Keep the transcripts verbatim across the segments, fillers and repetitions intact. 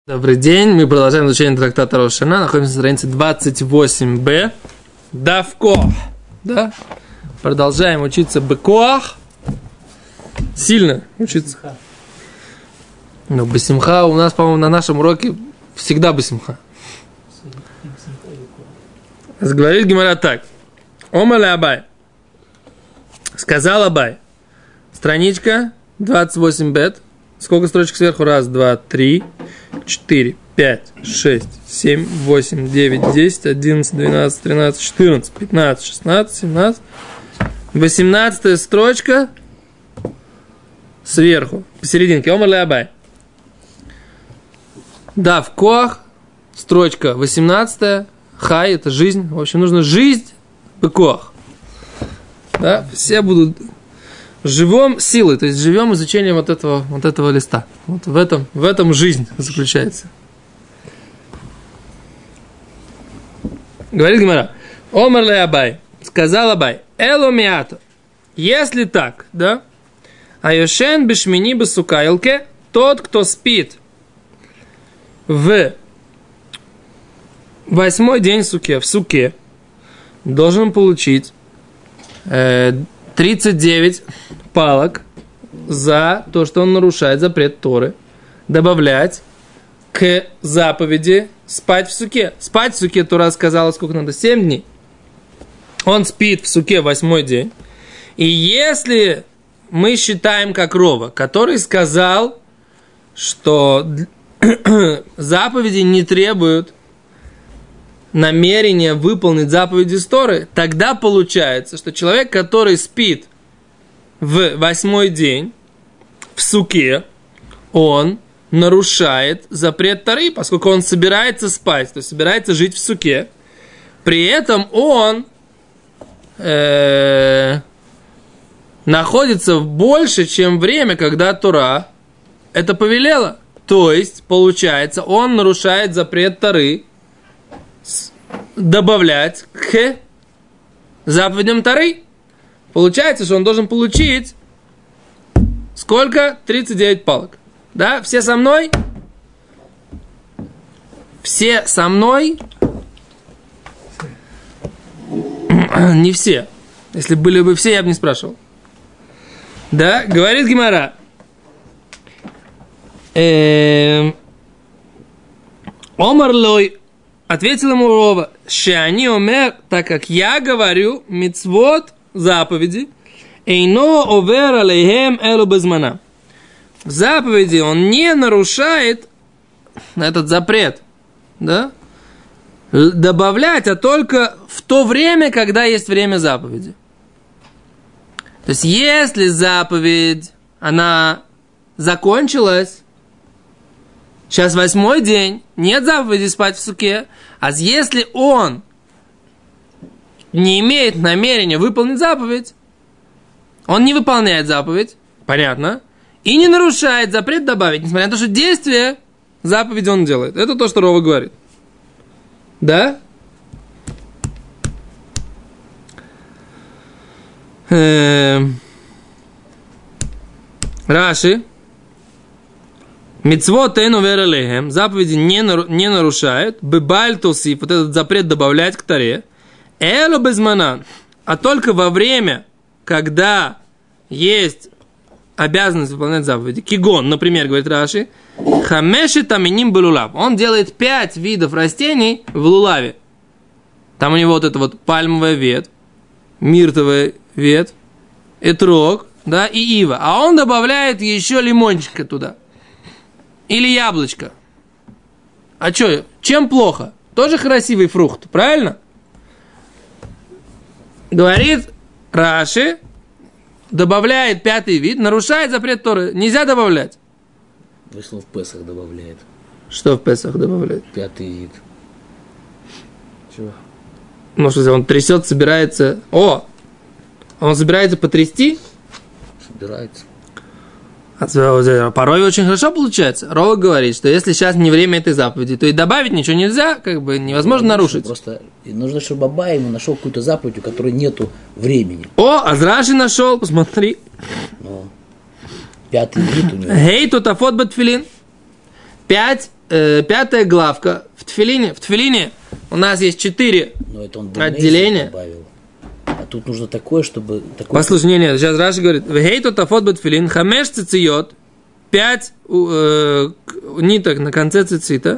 Добрый день, мы продолжаем изучение трактата Рош ха-Шана, находимся на странице двадцать восемь бэ, Давко, да? Продолжаем учиться бекоах, сильно учиться. Но бесимха у нас, по-моему, на нашем уроке всегда бесимха. Говорит Гемара так. Омале Абай. Сказал Абай. Страничка двадцать восемь бет. Сколько строчек сверху? Раз, два, три, четыре, пять, шесть, семь, восемь, девять, десять, одиннадцать, двенадцать, тринадцать, четырнадцать, пятнадцать, шестнадцать, семнадцать. Восемнадцатая строчка сверху, посерединке. Омар ле Абай. Да, в коах, строчка восемнадцатая. Хай, это жизнь. В общем, нужно жизнь в коах. Да, все будут... Живем силой, то есть живем изучением вот этого, вот этого листа. Вот в этом, в этом жизнь заключается. Говорит Гемара. Омар ле Абай. Сказал Абай. Эло миато. Если так, да? Айошен бешмини басукайлке. Тот, кто спит в восьмой день в суке, в суке, должен получить э, тридцать девять палок за то, что он нарушает запрет Торы, добавлять к заповеди спать в суке. Спать в суке Тора сказала, сколько надо? семь дней. Он спит в суке восьмой день. И если мы считаем как Рова, который сказал, что заповеди не требуют намерение выполнить заповеди Торы, тогда получается, что человек, который спит в восьмой день в суке, он нарушает запрет Торы, поскольку он собирается спать, то есть собирается жить в суке. При этом он э, находится больше, чем время, когда Тора это повелела. То есть, получается, он нарушает запрет Торы, добавлять к заповедям Торы. Получается, что он должен получить сколько? тридцать девять палок. Да? Все со мной? Все со мной? Не все. Если были бы все, я бы не спрашивал. Да? Говорит Гемара. Омар лой. Ответил ему Рова, «Шеани омер, так как я говорю, мицвот, заповеди, эйно овер алейхем элу безмана». В заповеди он не нарушает этот запрет, да? Добавлять, а только в то время, когда есть время заповеди. То есть, если заповедь, она закончилась, сейчас восьмой день, нет заповеди спать в суке, а если он не имеет намерения выполнить заповедь, он не выполняет заповедь, понятно, и не нарушает запрет добавить, несмотря на то, что действие заповеди он делает. Это то, что Рова говорит. Да? Эм. Раши. Мицвот эйну вер алейхем, заповеди не, нару, не нарушают, бебаль тосиф, вот этот запрет добавлять к Торе, эло безманан, а только во время, когда есть обязанность выполнять заповеди. Кигон, например, говорит Раши, хамеши таминим белулав, он делает пять видов растений в лулаве. Там у него вот это вот пальмовая ветвь, миртовая ветвь, этрог, да, и ива, а он добавляет еще лимончика туда. Или яблочко. А что, чем плохо? Тоже красивый фрукт, правильно? Говорит Раши, добавляет пятый вид, нарушает запрет Торы. Нельзя добавлять. Вышло в Песах добавляет. Что в Песах добавляет? Пятый вид. Чего? Ну, что он трясет, собирается... О! Он собирается потрясти? Собирается. Порой очень хорошо получается. Рова говорит, что если сейчас не время этой заповеди, то и добавить ничего нельзя, как бы невозможно нарушить. Просто нужно, чтобы Абай ему нашел какую-то заповедь, у которой нету времени. О, Азраши нашел, посмотри. Ну, пятый вид у него. Гей, тут афот батфилин. Пять э, пятая главка в тфилине. В тфилине у нас есть четыре отделения. Добавил. А тут нужно такое, чтобы... Такое... Послушай, не, не, сейчас Раши говорит, «Вехейто тафот бетфилин, хамеш цициот», пять э, ниток на конце цицита.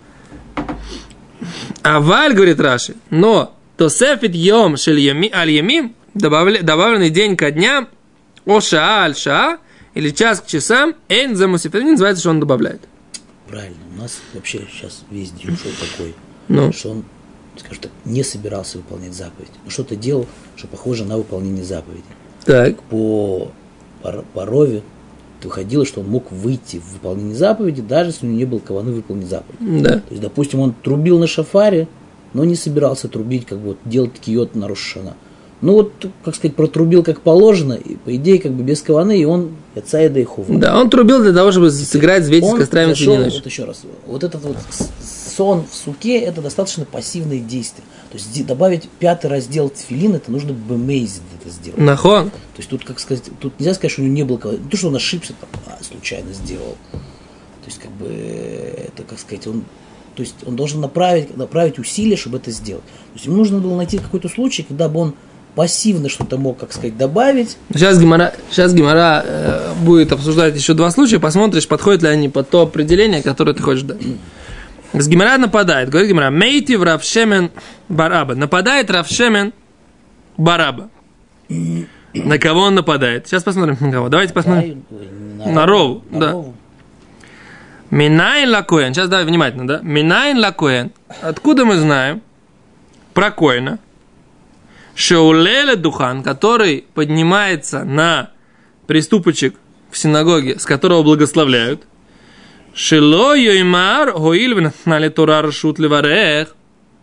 А валь, говорит Раши, но тосефит йом шель аль-ямим, добавленный день ко дням, о шаа аль-шаа, или час к часам, эйн замусифет, называется, что он добавляет. Правильно, у нас вообще сейчас весь день шел такой, ну. что он, скажем так, не собирался выполнять заповедь, но что-то делал, что похоже на выполнение заповеди. Так. По, по, по Рове выходило, что он мог выйти в выполнение заповеди, даже если у него не было каваны выполнить заповедь. Да. То есть, допустим, он трубил на шафаре, но не собирался трубить, как бы вот, делать киот на Рош ха-Шана. Ну вот, как сказать, протрубил как положено, и по идее, как бы без каваны, и он яцаида и хува. Да, он трубил для того, чтобы сыграть вместе с кострами. Он зашел, вот еще раз, вот этот вот сон в суке, это достаточно пассивные действия. То есть добавить пятый раздел тфилин, это нужно бемейзит это сделать. Нахон. То есть тут, как сказать, тут нельзя сказать, что у него не было каваны. Не то, что он ошибся, там, а, случайно сделал. То есть, как бы, это, как сказать, он... То есть он должен направить, направить усилия, чтобы это сделать. То есть ему нужно было найти какой-то случай, когда бы он пассивно что-то мог, как сказать, добавить. Сейчас Гемара, сейчас Гемара э, будет обсуждать еще два случая, посмотришь, подходят ли они под то определение, которое ты хочешь дать. С Гемара нападает, говорит Гемара, мейти в Равшемен Бараба. Нападает Равшемен Бараба. На кого он нападает? Сейчас посмотрим на кого. Давайте посмотрим. На, на Рову, на да. Рову. Минайн лакоен. Сейчас давай внимательно, да? Минайн лакоен. Откуда мы знаем про коэна? Шеулеле духан, который поднимается на приступочек в синагоге, с которого благословляют. Шело йоймар гоиль внатнали тора рашут леварех.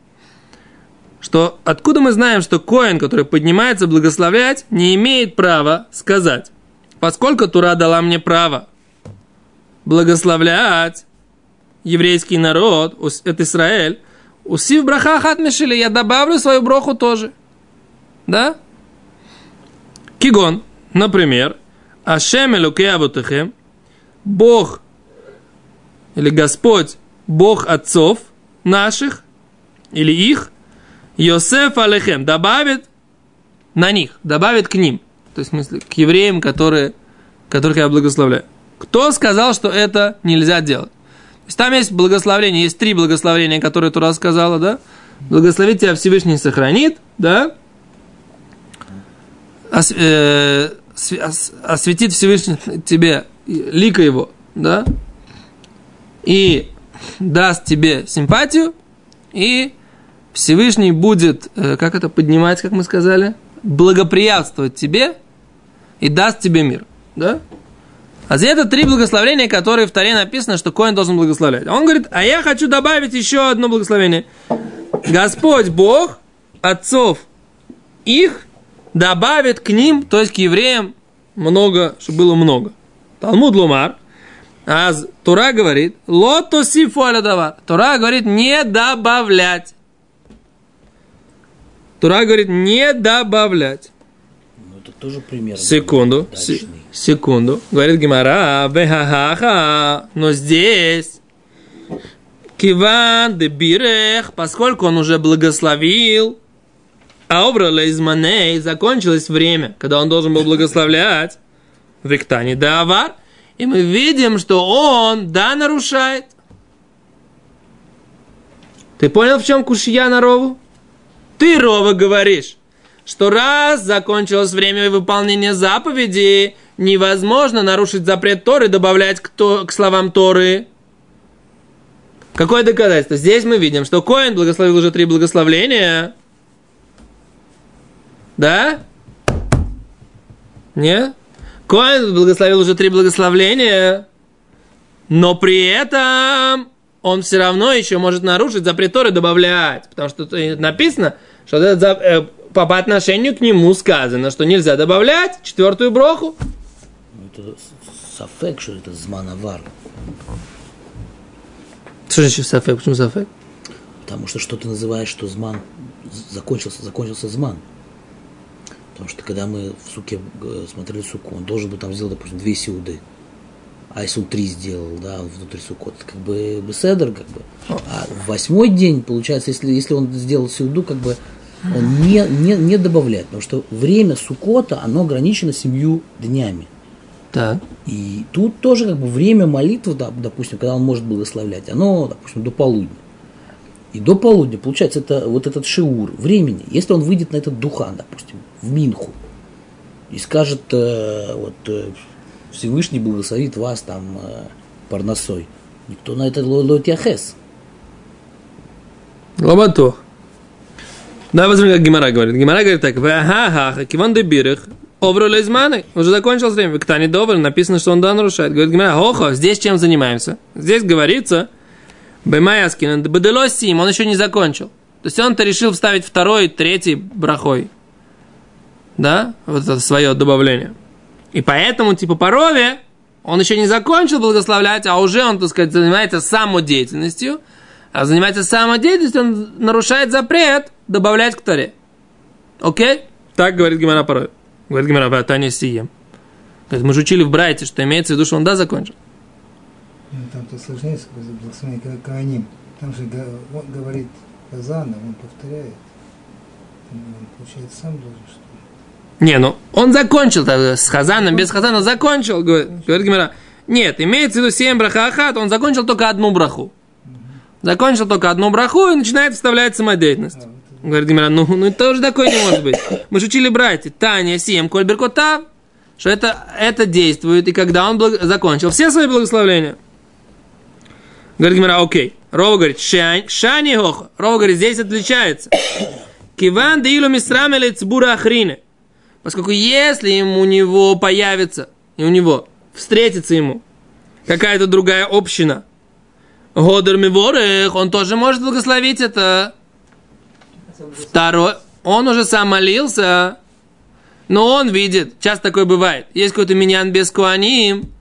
Что откуда мы знаем, что коэн, который поднимается благословлять, не имеет права сказать, поскольку Тура дала мне право благословлять еврейский народ, это Израиль, усив браха хат мешили, я добавлю свою броху тоже. Да? Кигон, например, Ашем элокей авотехем, Бог или Господь, Бог отцов наших, или их, Йосеф алехем, добавит на них, добавит к ним, то есть в смысле к евреям, которые, которых я благословляю. Кто сказал, что это нельзя делать? То есть там есть благословление, есть три благословения, которые Тура сказала, да? Благословить тебя Всевышний сохранит, да? Ос, э, ос, осветит Всевышний тебе лика его, да? И даст тебе симпатию, и Всевышний будет, э, как это поднимать, как мы сказали, благоприятствовать тебе и даст тебе мир, да? А это три благословения, которые в Торе написано, что коэн должен благословлять. Он говорит, а я хочу добавить еще одно благословение. Господь Бог отцов их добавит к ним, то есть к евреям, много, чтобы было много. Талмуд ломар. А Тора говорит, лото сифу аля давар. Тора говорит, не добавлять. Тора говорит, не добавлять. Ну, это тоже пример. Секунду. С- секунду. Говорит Гемара, вехахаха. Но здесь киван де бирех, поскольку он уже благословил, а обрала из маней, закончилось время, когда он должен был благословлять, вектани давар, и мы видим, что он, да, нарушает. Ты понял, в чем кушья на Рову? Ты, Рова, говоришь, что раз закончилось время выполнения заповеди, невозможно нарушить запрет Торы, добавлять к, то, к словам Торы. Какое доказательство? Здесь мы видим, что коэн благословил уже три благословления. Да? Нет? Коэн благословил уже три благословления, но при этом он все равно еще может нарушить запрет Торы, добавлять. Потому что тут написано, что это, э, по, по отношению к нему сказано, что нельзя добавлять четвертую броху. Это сафек, что это зманавар. Что значит сафек? Почему сафек? Потому что что ты называешь, что зман закончился, закончился зман. Потому что когда мы в суке смотрели суку, он должен был там сделать, допустим, две сеуды. а если он три сделал, да, внутри суккот, как бы беседер, как бы. А в восьмой день, получается, если, если он сделал сеуду, как бы он не, не, не добавляет, потому что время суккота, оно ограничено семью днями. Так. И тут тоже как бы время молитвы, да, допустим, когда он может благословлять, оно, допустим, до полудня. И до полудня, получается, это вот этот шиур времени. Если он выйдет на этот духан, допустим, в Минху, и скажет, э, вот, э, Всевышний благословит вас там э, парносой, никто на это лоит яхес. Лобатох. Да, посмотрим, как Гемара говорит. Гемара говорит так: «Ва-ха-ха, киван де бирых, овру лезманы». Уже закончилось время. Кто не добр, написано, что он да нарушает. Говорит Гемара: «Хохо, здесь чем занимаемся?» Здесь говорится, «Бэмаяскин, баделосим», он еще не закончил. То есть он-то решил вставить второй, третий брахой. Да? Вот это свое добавление. И поэтому, типа, по рове он еще не закончил благословлять, а уже он, так сказать, занимается самодеятельностью. А занимается самодеятельностью, он нарушает запрет добавлять к Торе. Окей? Так говорит Гемара порой. Говорит Гемара, Таня сием. Говорит, мы же учили в Брайте, что имеется в виду, что он да закончил. Там-то сложнее, благословение Коаним. Там же говорит Казана, он повторяет. Он, получается, сам должен, что ли? Не, ну, он закончил тогда с Хазаном, без Хазана закончил, говорит, говорит Гемара. Нет, имеется в виду семь брахахат, он закончил только одну браху. Закончил только одну браху и начинает вставлять самодеятельность. А, говорит Гемара, ну, ну это тоже такое не может быть. Мы же учили братья, Таня, Сием, Коль Беркотав, что это, это действует, и когда он благ... закончил все свои благословления. Говорит Гемара, окей. Рова говорит, Шани Хоха. Рова говорит, здесь отличается. Киван Дилу Мисрам или Цбура Ахрине. Поскольку если ему, у него появится, и у него встретится ему какая-то другая община, Годер Миворех, он тоже может благословить это. Второй, он уже сам молился, но он видит, часто такое бывает, есть какой-то миньян без коаним,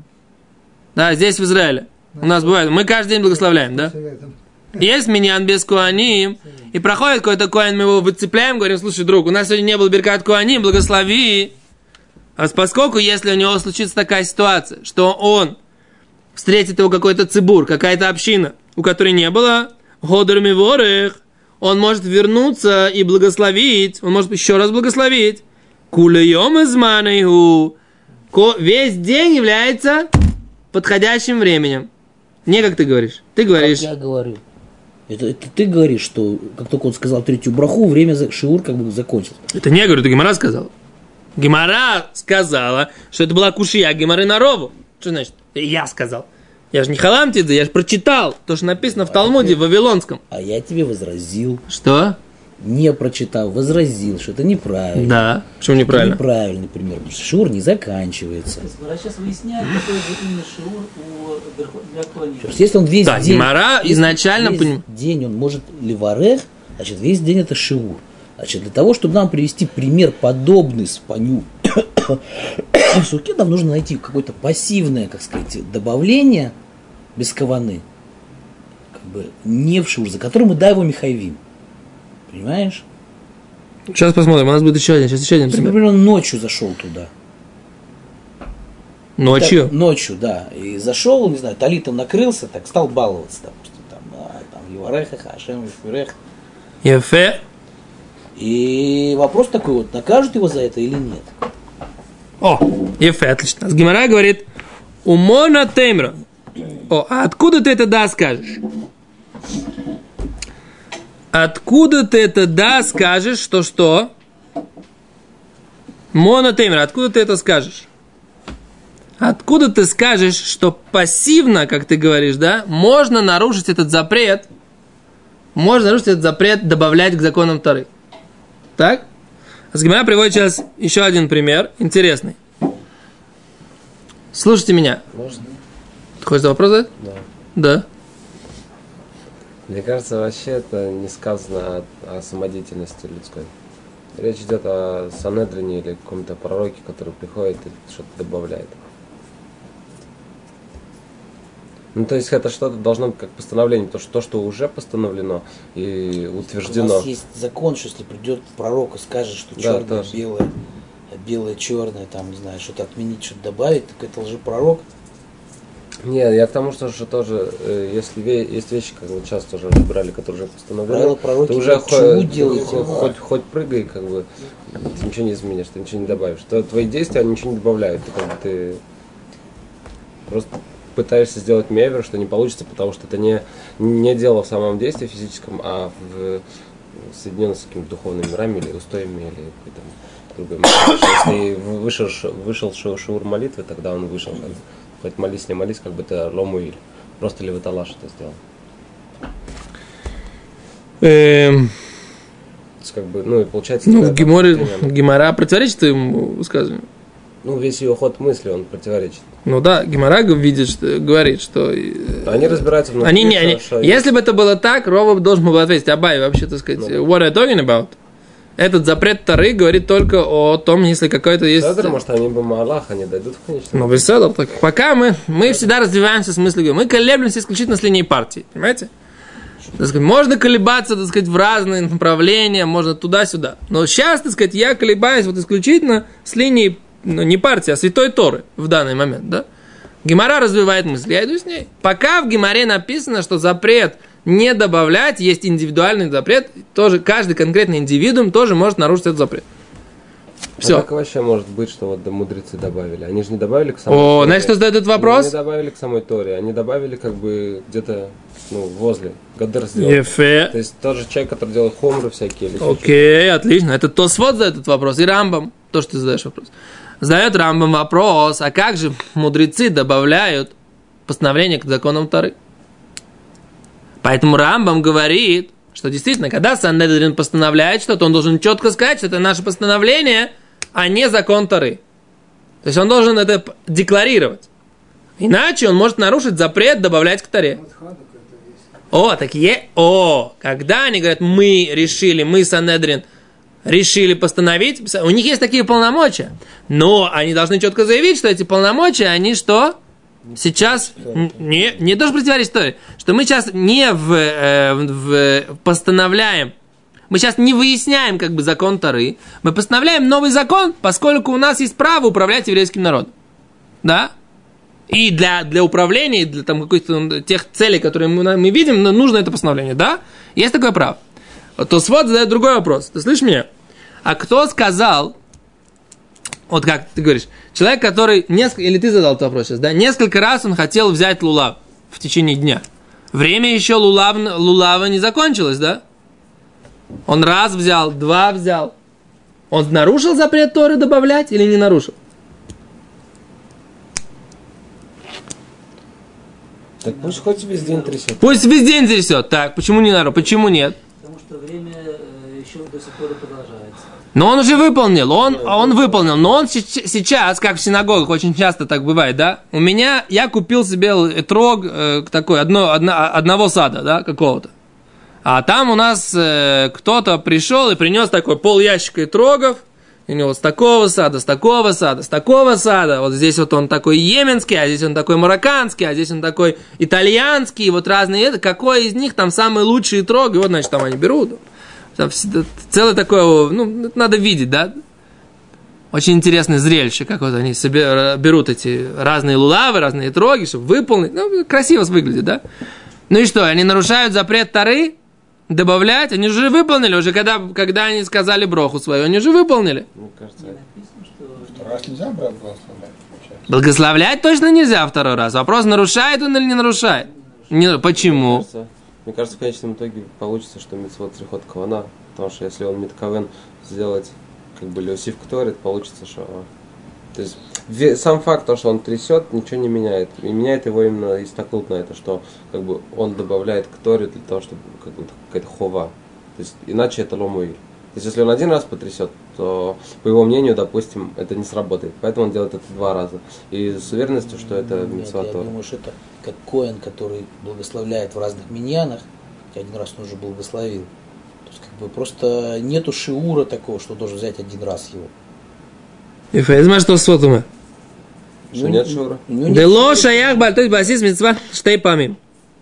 да, здесь в Израиле, у нас бывает, мы каждый день благословляем, да? Есть миньян без коаним, и проходит какой-то коан, мы его выцепляем, говорим, слушай, друг, у нас сегодня не было беркат коаним, благослови. А поскольку, если у него случится такая ситуация, что он встретит его какой-то цибур, какая-то община, у которой не было годер миворех, он может вернуться и благословить, он может еще раз благословить. Кулейом изманейху. Весь день является подходящим временем. Не как ты говоришь. Ты говоришь. Как я говорю. Это, это ты говоришь, что как только он сказал третью браху, время за шиур как бы закончилось. Это не я говорю, это Гемара сказала. Гемара сказала, что это была кушия Гемары на Рову. Что значит? Я сказал. Я же не халамтидзе, я же прочитал то, что написано в Талмуде, в Вавилонском. А я тебе возразил. Что? Не прочитал, возразил, что это неправильно. Да. Почему неправильно? Это неправильный пример, потому что шиур не заканчивается. Гемара сейчас выясняет, какой же именно шиур у Беркони. Если он весь да, день... Гемара изначально... Весь поним... день он может ливарех, значит, весь день это шиур. Значит, для того, чтобы нам привести пример подобный спаню в суке, нам нужно найти какое-то пассивное, как сказать, добавление без каваны, как бы не в шиур, за которым мы да его михайвим. Понимаешь? Сейчас посмотрим, у нас будет еще один, сейчас еще один Если, пример. например, он ночью зашел туда. Ночью? Так, ночью, да. И зашел, не знаю, талитом накрылся, так стал баловаться, допустим, там, а, там, Евареха, Хашем, Ефирех. Ефе. И вопрос такой вот, накажут его за это или нет? О, Ефе, отлично. С Гемара говорит, умона темра. О, а откуда ты это да скажешь? Откуда ты это да скажешь, что что? Монотеймер, откуда ты это скажешь? Откуда ты скажешь, что пассивно, как ты говоришь, да, можно нарушить этот запрет, можно нарушить этот запрет добавлять к законам Торы? Так? Гемара приводит сейчас еще один пример, интересный. Слушайте меня. Можно? Ты хочешь вопрос задать? Да. Да. Мне кажется, вообще это не сказано о, о самодеятельности людской. Речь идет о Санедрине или каком-то пророке, который приходит и что-то добавляет. Ну, то есть это что-то должно быть как постановление, потому что то, что уже постановлено и утверждено. У нас есть закон, что если придет пророк и скажет, что Да, черное, тоже. белое, белое, черное, там, не знаю, что-то отменить, что-то добавить, так это лжепророк. Нет, я к тому, что, что тоже, э, если ве- есть вещи, как вот сейчас тоже разобрали, которые уже постановлены, ты уже хоть, хоть, хоть, хоть прыгай, как бы, ты ничего не изменишь, ты ничего не добавишь. То, твои действия, они ничего не добавляют, ты, как бы, ты просто пытаешься сделать мевер, что не получится, потому что ты не, не делал в самом действии физическом, а в, соединен с какими-то духовными мирами или устоями, или какой-то другой. Если вышел, вышел шиур молитвы, тогда он вышел. Хоть молись, не молись, как бы ты ломуиль. Просто ли вы талаш это сделал? Эм, То есть, как бы, ну и получается... ну, тогда Геморе, там, Гемора противоречит твоему высказыванию. ну, весь ее ход мысли, он противоречит. Ну да, Гемора видит, что, говорит, что... э, Они разбираются внутри. Они не, они, что- что если бы это было так, Рова должен был ответить: Абай, вообще, так сказать, Ну. what are you talking about? Этот запрет Торы говорит только о том, если какой-то есть... Седр, может, они бы Маалах, они дойдут в конечном. Ну, без седр, так пока мы, мы всегда развиваемся в смысле, мы колеблемся исключительно с линией партии, понимаете? Так сказать, можно колебаться, так сказать, в разные направления, можно туда-сюда. Но сейчас, так сказать, я колебаюсь вот исключительно с линией, ну, не партии, а Святой Торы в данный момент, да? Гемара развивает мысль, я иду с ней. Пока в Гемаре написано, что запрет не добавлять, есть индивидуальный запрет, тоже каждый конкретный индивидуум тоже может нарушить этот запрет. Все. А как вообще может быть, что вот да, мудрецы добавили? Они же не добавили к самой О, Торе. знаешь, что задает этот Они вопрос? не добавили к самой Торе, они добавили как бы где-то, ну, возле. Гадер сделал. Ефе. То есть тот же человек, который делает хомры всякие. Или еще Окей, отлично. Это Тосфот задает этот вопрос. И Рамбам, то, что ты задаешь вопрос. Задает Рамбам вопрос, а как же мудрецы добавляют постановление к законам Торы? Поэтому Рамбам говорит, что действительно, когда Санедрин постановляет что-то, он должен четко сказать, что это наше постановление, а не закон Торы. То есть он должен это декларировать. Иначе он может нарушить запрет добавлять к Торе. О, так е... О, когда они говорят, мы решили, мы Санедрин решили постановить, у них есть такие полномочия, но они должны четко заявить, что эти полномочия, они что? Сейчас не, не должен противоречить Торе, что мы сейчас не в, э, в постановляем, мы сейчас не выясняем как бы закон Торы, мы постановляем новый закон, поскольку у нас есть право управлять еврейским народом. Да? И для, для управления, для там, каких-то тех целей, которые мы, мы видим, нужно это постановление. Да? Есть такое право. То Свод задает другой вопрос. Ты слышишь меня? А кто сказал, вот как ты говоришь, человек, который несколько, или ты задал этот вопрос сейчас, да, несколько раз он хотел взять лулав в течение дня. Время еще лулав, лулава не закончилось, да? Он раз взял, два взял. Он нарушил запрет Торы добавлять или не нарушил? Так пусть хоть весь день трясет. Пусть весь день трясет. Так, почему не нарушил? Почему нет? Потому что время э, еще до сих пор продолжается. Но он уже выполнил, он, он выполнил, но он сейчас, как в синагогах, очень часто так бывает, да, у меня, я купил себе этрог э, такой, одно, одно, одного сада, да, какого-то, а там у нас э, кто-то пришел и принес такой пол ящика этрогов, у него с такого сада, с такого сада, с такого сада, вот здесь вот он такой йеменский, а здесь он такой марокканский, а здесь он такой итальянский, вот разные, это, какой из них там самый лучший этрог, и вот, значит, там они берут. Там целое такое, ну, надо видеть, да? Очень интересное зрелище, как вот они себе берут эти разные лулавы, разные троги, чтобы выполнить. Ну, красиво выглядит, да? Ну и что, они нарушают запрет Торы добавлять? Они уже выполнили, уже когда, когда они сказали броху свою, они уже выполнили. Мне кажется, Написано, что Второй раз нельзя брать благословлять, получается. Благословлять точно нельзя второй раз. Вопрос, нарушает он или не нарушает? Не, почему? Мне кажется, мне кажется, в конечном итоге получится, что митцвот трихот кавана, потому что если он митковен сделать как бы леосив ктор, получится, что... То есть ве- сам факт, то, что он трясет, ничего не меняет. И меняет его именно истаклут на это, что как бы он добавляет к Торе для того, чтобы как бы, какая-то хова. То есть иначе это ломуиль. То есть если он один раз потрясет, то по его мнению, допустим, это не сработает. Поэтому он делает это два раза. И с уверенностью, что это Нет, митцва я Тора. думаю, что это как коэн, который благословляет в разных миньянах, один раз он уже благословил. То есть как бы просто нету шиура такого, что должен взять один раз его. Ефе, знаешь, что свотума? Что нет шура? У него нет Дело шиура. шаях бальтой басис митцва штей памим.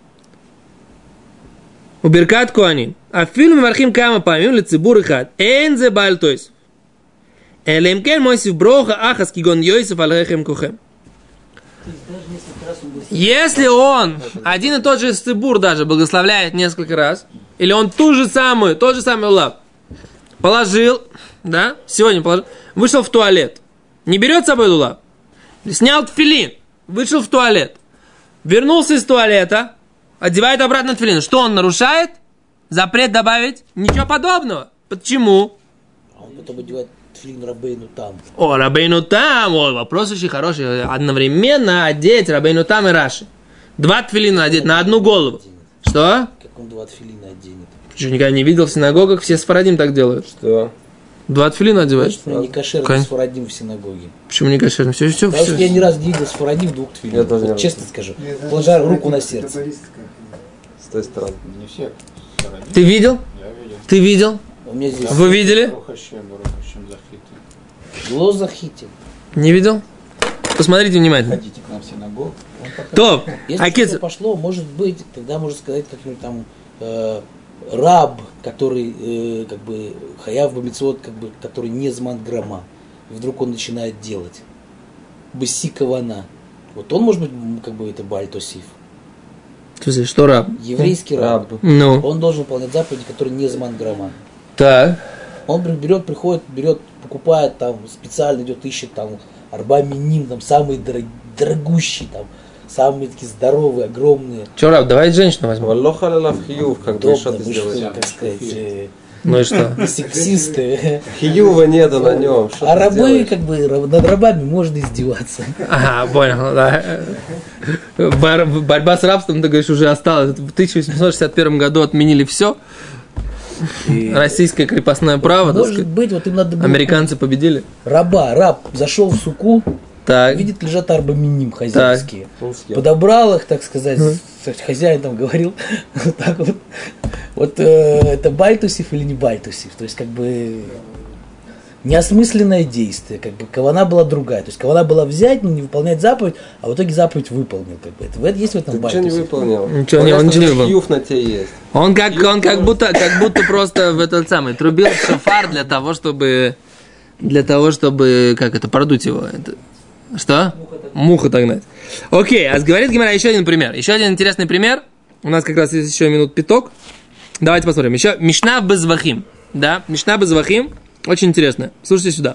Убиркат коаним. А фильм мевархим кама памим лецибур ихат. Эн зе бальтойс. Элем кен мойсив броха ахас кигон йойсев алхехем кухем. Если он один и тот же цибур даже благословляет несколько раз, или он ту же самую, тот же самый лулав положил, да, сегодня положил, вышел в туалет, не берет с собой лулав, снял тфилин, вышел в туалет, вернулся из туалета, одевает обратно тфилин, что он нарушает? Запрет добавить? Ничего подобного. Почему? А он потом одевает тфилин Рабейну Там. О, Рабейну Там, о, вопрос очень хороший. Одновременно одеть Рабейну Там и Раши. Два тфилина одеть на одну голову. Что? Как он два тфилина оденет? Что, никогда не видел в синагогах? Все сфарадим так делают. Что? Два тфилина одеваешь? Значит, не кошерный сфарадим в синагоге. Почему не кошерный? Все, все, Потому все. что я ни разу не видел сфарадим в двух тфилинах. Вот, честно скажу. Положа руку на сердце. С той стороны. Не все. Ты видел? Я видел. Ты видел? У меня здесь Вы видели? Рухащем, рухащем захиты. лозахите. Не видел? Посмотрите внимательно. Ходите к нам в синагогу. То, Если а что-то пошло, может быть, тогда можно сказать какой-нибудь там э, раб, который э, как бы хаяв бамицвот, как бы, который не зман грамма. И вдруг он начинает делать. Бессикавана. Вот он может быть как бы это бальтосив. Что раб? Еврейский раб. Раб. Ну. Он должен выполнять заповеди, которые не зман грамма. Так. Он берет, приходит, берет, покупает там, специально идет, ищет там арба миним, там самые дорог, дорогущие, там, самые такие здоровые, огромные. Че, раб, давай женщину возьмем. Валлоха лалав хиюв, как бы что Удобно, ты вы что, сделаешь? так сказать, э, Ну и что? сексисты. Хиюва нету на нем. Что А ты рабы, сделаешь? как бы, раб- над рабами можно издеваться. Ага, понял, да. Бор- борьба с рабством, ты говоришь, уже осталась. В тысяча восемьсот шестьдесят первом году отменили все. Российское крепостное право, так Может сказать. быть, вот им надо было Американцы победили. раба, раб зашел в суку, Так. видит, лежат арбаминим хозяйские. Он съел. Подобрал их, так сказать, с- хозяин там говорил, вот так вот. Вот э, это бальтусив или не бальтусив? То есть, как бы, неосмысленное действие, как бы, кавана была другая. То есть, кавана была взять, но не выполнять заповедь, а в итоге заповедь выполнил, как бы. Это, в- есть в этом Ты что не бальтусив. выполнил? Ничего не- он ничего не выполнил. Хиюв на тебе есть. Он как, он как будто, как будто просто в этот самый трубил шофар для того, чтобы, для того, чтобы, как это, продуть его. Это, что? Мух отогнать. Окей, а говорит Гемара еще один пример. Еще один интересный пример. У нас как раз есть еще минут пяток. Давайте посмотрим. Еще Мишна Безвахим. Да, Мишна Безвахим. Очень интересно. Слушайте сюда.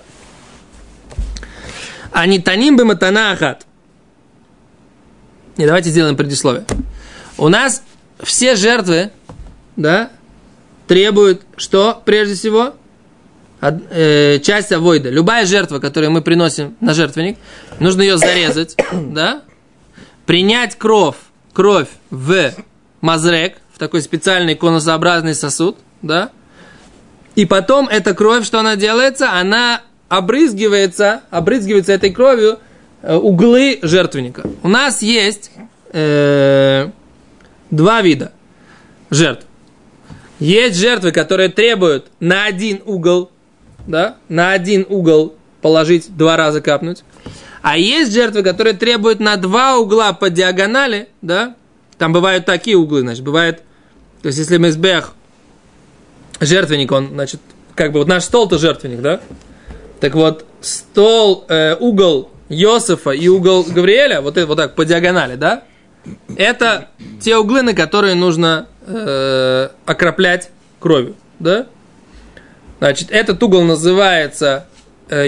Анитаним бы матана ахат. Не, давайте сделаем предисловие. У нас все жертвы, да, требуют что, прежде всего? Од, э, часть авойда. Любая жертва, которую мы приносим на жертвенник, нужно ее зарезать, да, принять кровь, кровь в мазрек, в такой специальный конусообразный сосуд, да, и потом эта кровь, что она делается, она обрызгивается, обрызгивается этой кровью э, углы жертвенника. У нас есть э, два вида жертв. Есть жертвы, которые требуют на один угол, да, на один угол положить, два раза капнуть. А есть жертвы, которые требуют на два угла по диагонали, да, там бывают такие углы, значит, бывает, то есть если мизбех, жертвенник, он, значит, как бы вот наш стол-то жертвенник, да, так вот, стол, э, угол Йосефа и угол Гавриэля, вот, это, вот так, по диагонали, да, это те углы, на которые нужно э, окроплять кровью, да. Значит, этот угол называется э,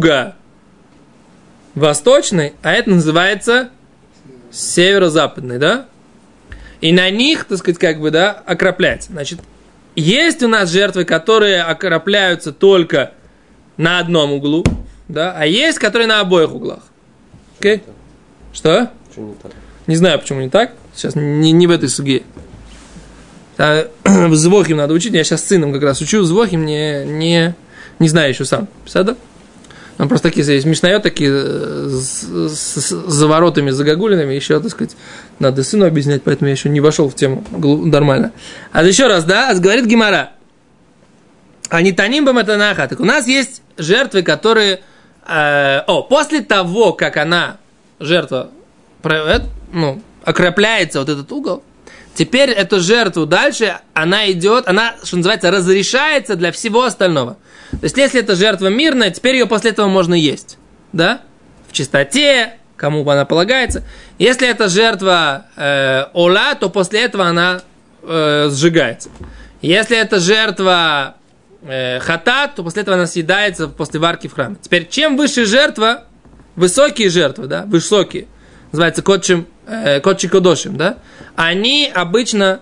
юго-восточный, а это называется северо-западный, да? И на них, так сказать, как бы, да, окроплять. Значит, есть у нас жертвы, которые окропляются только на одном углу, да, а есть, которые на обоих углах. Окей? Okay? Что? Что не так? Не знаю, почему не так. Сейчас не, не в этой суге. А, в Звохим надо учить. Я сейчас с сыном как раз учу. Звохим не, не, не знаю еще сам. Писада? Там просто такие есть мишнайот, такие с, с, с заворотами, загогулинами. Еще, так сказать, надо сыну объяснять, поэтому я еще не вошел в тему нормально. А еще раз, да, говорит Гемара. Анитаним баматанаха. Так у нас есть жертвы, которые... Э, о, после того, как она, жертва, ну, окропляется вот этот угол, теперь эту жертву дальше, она идет, она, что называется, разрешается для всего остального. То есть, если эта жертва мирная, теперь ее после этого можно есть. Да? В чистоте, кому она полагается. Если это жертва э, ола, то после этого она э, сжигается. Если это жертва э, хатат, то после этого она съедается после варки в храме. Теперь, чем выше жертва, высокие жертвы, да, высокие, называется котчим, э, котчи кодошим, да, они обычно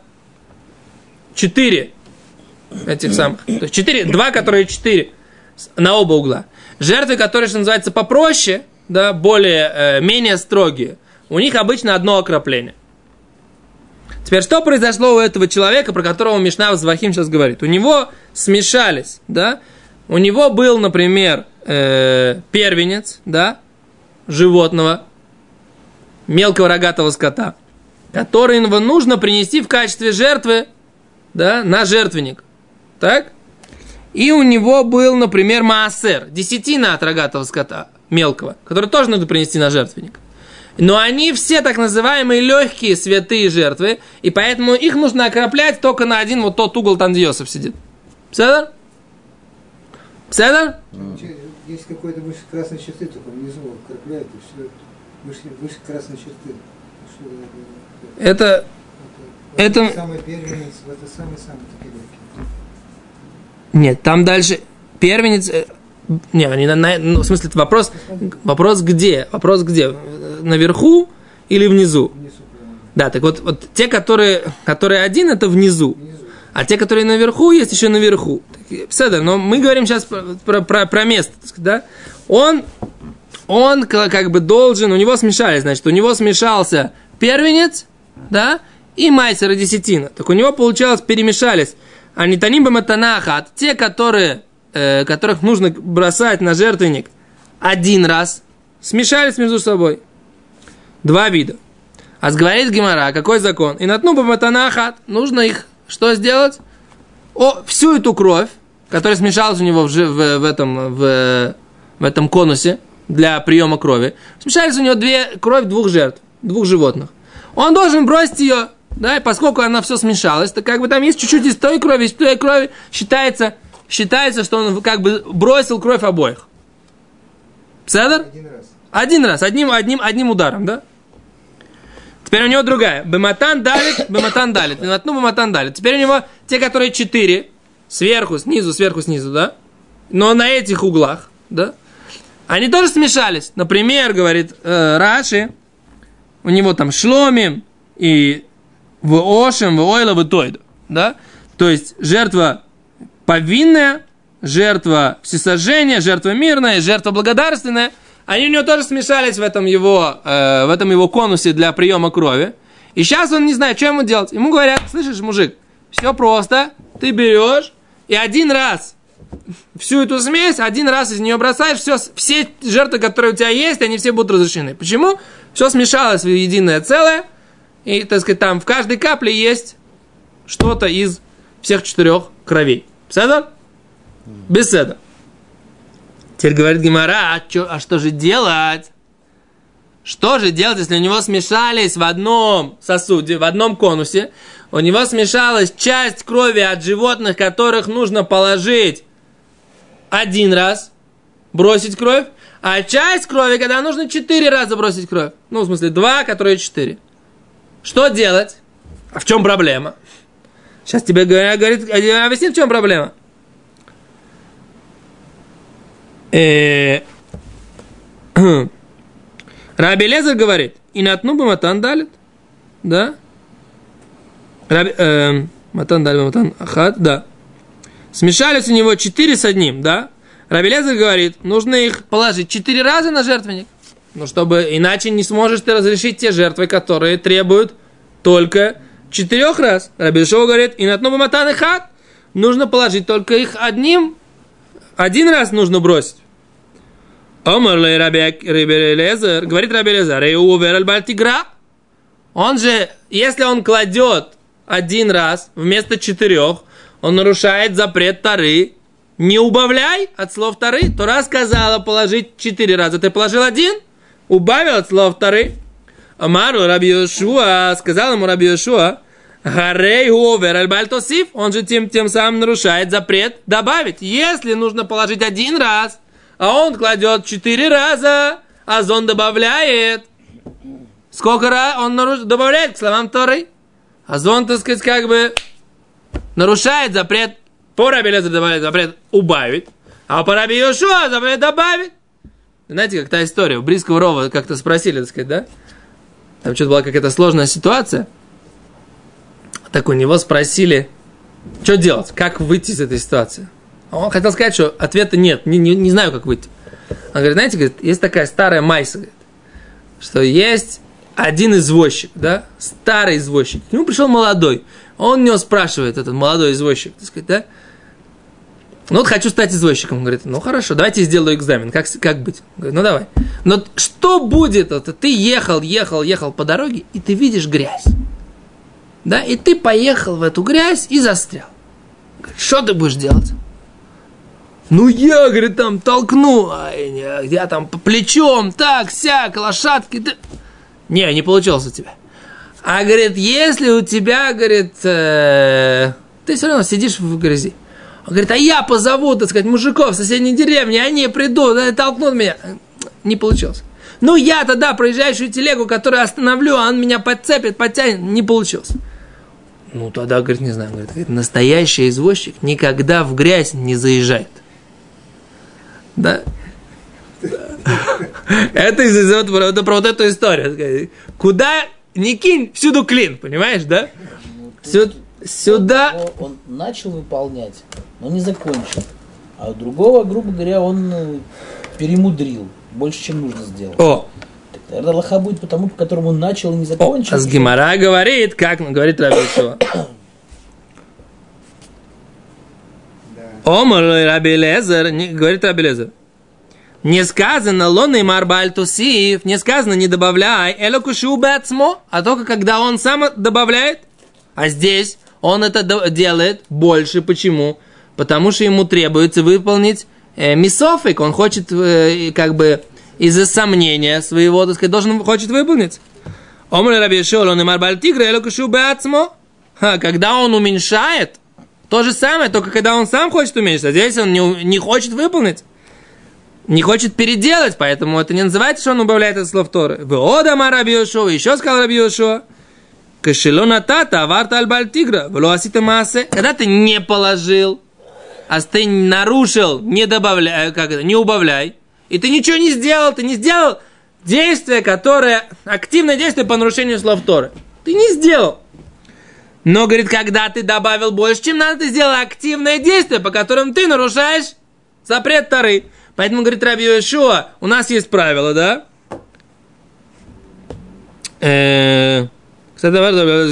четыре этих самых, то есть четыре, два, которые четыре на оба угла. Жертвы, которые, что называется, попроще, да, более, э, менее строгие, у них обычно одно окропление. Теперь, что произошло у этого человека, про которого Мишна Звахим сейчас говорит? У него смешались, да, у него был, например, э, первенец, да, животного, мелкого рогатого скота, который его нужно принести в качестве жертвы, да, на жертвенник. Так? И у него был, например, маасер, десятина от рогатого скота, мелкого, который тоже нужно принести на жертвенник. Но они все так называемые легкие святые жертвы, и поэтому их нужно окроплять только на один вот тот угол, там, где Йосеф сидит. Пседер? Пседер? Есть какой-то выше красной черты, только внизу окропляют, и все выше, выше красной черты. Это... Это... это... Самый первенец, это самый-самый такой легкий. Нет, там дальше первенец... Не, не на, ну, в смысле, это вопрос, вопрос где? Вопрос где? Наверху или внизу? Внизу. Да, так вот, вот те, которые, которые один, это внизу. внизу. А те, которые наверху, есть еще наверху. Пседер, но мы говорим сейчас про, про, про, про место, да? Он, он как бы должен, у него смешались, значит, у него смешался первенец, да, и майсер и десятина. Так у него, получалось, перемешались. Анитаним баматанахат, те, которые... которых нужно бросать на жертвенник один раз, смешались между собой. Два вида. А говорит Гемара, какой закон? И натну баматанахат, нужно их что сделать? О, всю эту кровь, которая смешалась у него в, в, в, этом, в, в этом конусе для приема крови, смешались у него две, кровь двух жертв, двух животных. Он должен бросить ее, да, и поскольку она все смешалась, то как бы там есть чуть-чуть из той крови, из той крови, считается... Считается, что он как бы бросил кровь обоих. Пседер? Один раз. Один раз, одним, одним, одним ударом, да? Теперь у него другая. Бематан далит, бематан далит. Ну, бематан далит. Теперь у него те, которые четыре, сверху, снизу, сверху, снизу, да? Но на этих углах, да? Они тоже смешались. Например, говорит э, Раши, у него там шломим и в ошем, в ойла, в тойду, да? То есть жертва повинная, жертва всесожжения, жертва мирная, жертва благодарственная, они у него тоже смешались в этом его, э, в этом его конусе для приема крови. И сейчас он не знает, что ему делать. Ему говорят, слышишь, мужик, все просто, ты берешь и один раз всю эту смесь, один раз из нее бросаешь, все, все жертвы, которые у тебя есть, они все будут разрешены. Почему? Все смешалось в единое целое, и, так сказать, там в каждой капле есть что-то из всех четырех кровей. Седа? Без седа. Теперь говорит Гемара, а, чё, а что же делать? Что же делать, если у него смешались в одном сосуде, в одном конусе, у него смешалась часть крови от животных, которых нужно положить один раз, бросить кровь, а часть крови, когда нужно четыре раза бросить кровь. Ну, в смысле, два, которые четыре. Что делать? А в чем проблема? Сейчас тебе говорит, объяснит, в чем проблема. Раби Лезер говорит, и на тну бы матан далит, да? Раби, э, матан далит, матан ахат, да. Смешались у него четыре с одним, да? Раби Лезер говорит, нужно их положить четыре раза на жертвенник, ну, чтобы иначе не сможешь ты разрешить те жертвы, которые требуют только четырех раз. Раби Шоу говорит, и на тну бы матан ахат, нужно положить только их одним, один раз нужно бросить. Омар лей Раби Лезер, говорит Раби Лезер, Реу вераль бальтигра. Он же, если он кладет один раз вместо четырех, он нарушает запрет Торы. Не убавляй от слов Торы. Тора сказала положить четыре раза. Ты положил один, убавил от слов Торы. Омару Раби Йошуа, сказал ему Раби Йошуа, Гарей овер аль бальтосиф, он же тем, тем самым нарушает запрет добавить. Если нужно положить один раз, а он кладет четыре раза, а зон добавляет, сколько раз он наруш... добавляет к словам Торы. А он, так сказать, как бы нарушает запрет, по Раби Элиэзеру добавляет запрет убавить, а по Раби Йошуа запрет добавить. Знаете, как та история, у Бриского Рова как-то спросили, так сказать, да? Там что-то была какая-то сложная ситуация. Так у него спросили, что делать, как выйти из этой ситуации. Он хотел сказать, что ответа нет, не, не, не знаю, как выйти. Он говорит, знаете, говорит, есть такая старая майса, говорит, что есть один извозчик, да, старый извозчик. К нему пришел молодой. Он у него спрашивает, этот молодой извозчик, так сказать, да, ну вот хочу стать извозчиком. Он говорит, ну хорошо, давайте я сделаю экзамен, как, как быть? Он говорит, ну давай. Но что будет, это ты ехал, ехал, ехал по дороге, и ты видишь грязь. Да, и ты поехал в эту грязь и застрял. Говорит, что ты будешь делать? Ну, я, говорит, там толкну, ай, я там по плечом, так, сяк, лошадки. Да. Не, не получилось у тебя. А, говорит, если у тебя, говорит, э, ты все равно сидишь в грязи. Он говорит, а я позову, так сказать, мужиков в соседней деревне, они придут, они толкнут меня. Не получилось. Ну, я тогда проезжающую телегу, которую остановлю, а он меня подцепит, подтянет. Не получилось. Ну, тогда, говорит, не знаю, говорит, настоящий извозчик никогда в грязь не заезжает. Да. Это это про вот эту историю. Куда ни кинь, всюду клин, понимаешь, да? Сюда. Он начал выполнять, но не закончил. А у другого, грубо говоря, он перемудрил. Больше, чем нужно сделать. О! Так, наверное, лоха будет потому, по которому он начал и не закончил. О, а с Гемара говорит, как говорит Раби Йошуа. Омар Раби Элиэзер, говорит Раби Элиэзер, не сказано лоны марбаль тусив, не сказано не добавляй, элокушу бэцмо, а только когда он сам добавляет. А здесь он это делает больше. Почему? Потому что ему требуется выполнить э, мисофик, он хочет э, как бы из-за сомнения своего, так сказать, должен, хочет выполнить. Омар Раби Йошуа лоны марбаль тигра, элокушу бэцмо, когда он уменьшает, то же самое, только когда он сам хочет уменьшить, а здесь он не, не хочет выполнить, не хочет переделать, поэтому это не называется, что он убавляет это слово Торы. Веодама Раби Йошуа, еще сказал Раби Йошуа, кашелона тата аварта аль-баль тигра, вло асита маасе, когда ты не положил, а ты нарушил, не добавляй, как это, не убавляй, и ты ничего не сделал, ты не сделал действие, которое, активное действие по нарушению слов Торы. Ты не сделал. Но, говорит, когда ты добавил больше, чем надо, ты сделал активное действие, по которым ты нарушаешь запрет Торы. Поэтому, говорит Раби Йошуа, у нас есть правило, да? Кстати,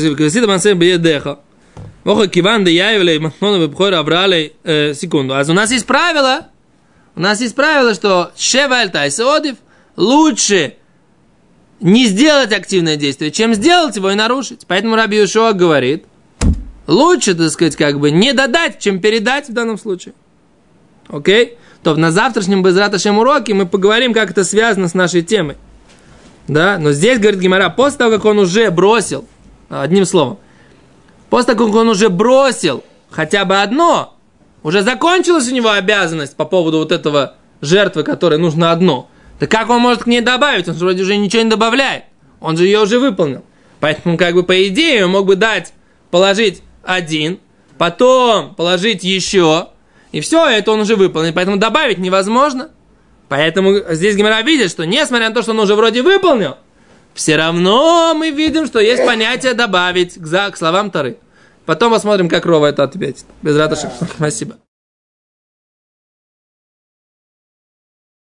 секунду. А у нас есть правило, у нас есть правило, что шеваль тайсодив лучше не сделать активное действие, чем сделать его и нарушить. Поэтому Раби Йошуа говорит, лучше, так сказать, как бы не додать, чем передать в данном случае. Окей? То на завтрашнем Безрат Ашем уроке мы поговорим, как это связано с нашей темой. Да? Но здесь, говорит Гемара, после того, как он уже бросил, одним словом, после того, как он уже бросил хотя бы одно, уже закончилась у него обязанность по поводу вот этого жертвы, которой нужно одно. Так как он может к ней добавить? Он же вроде уже ничего не добавляет. Он же ее уже выполнил. Поэтому, как бы, по идее, он мог бы дать, положить один, потом положить еще, и все, это он уже выполнил. Поэтому добавить невозможно. Поэтому здесь Гемара видит, что несмотря на то, что он уже вроде выполнил, все равно мы видим, что есть понятие добавить к, за, к словам Торы. Потом посмотрим, как Рова это ответит. Без раташи. Спасибо.